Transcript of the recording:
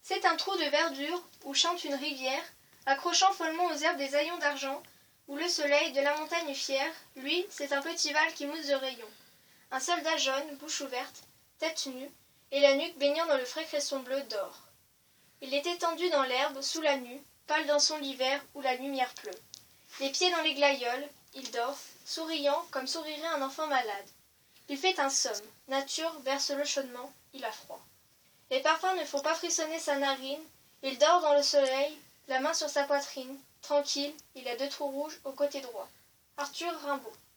C'est un trou de verdure où chante une rivière, accrochant follement aux herbes des haillons d'argent, où le soleil de la montagne fière, lui, c'est un petit val qui mousse de rayons. Un soldat jaune, bouche ouverte, tête nue, et la nuque baignant dans le frais cresson bleu d'or. Il est étendu dans l'herbe, sous la nue, pâle dans son l'hiver où la lumière pleut. Les pieds dans les glaïeuls, il dort, souriant comme sourirait un enfant malade. Il fait un somme, nature berce-le chaudement, il a froid. Les parfums ne font pas frissonner sa narine, il dort dans le soleil, la main sur sa poitrine, tranquille, il a 2 trous rouges au côté droit. Arthur Rimbaud.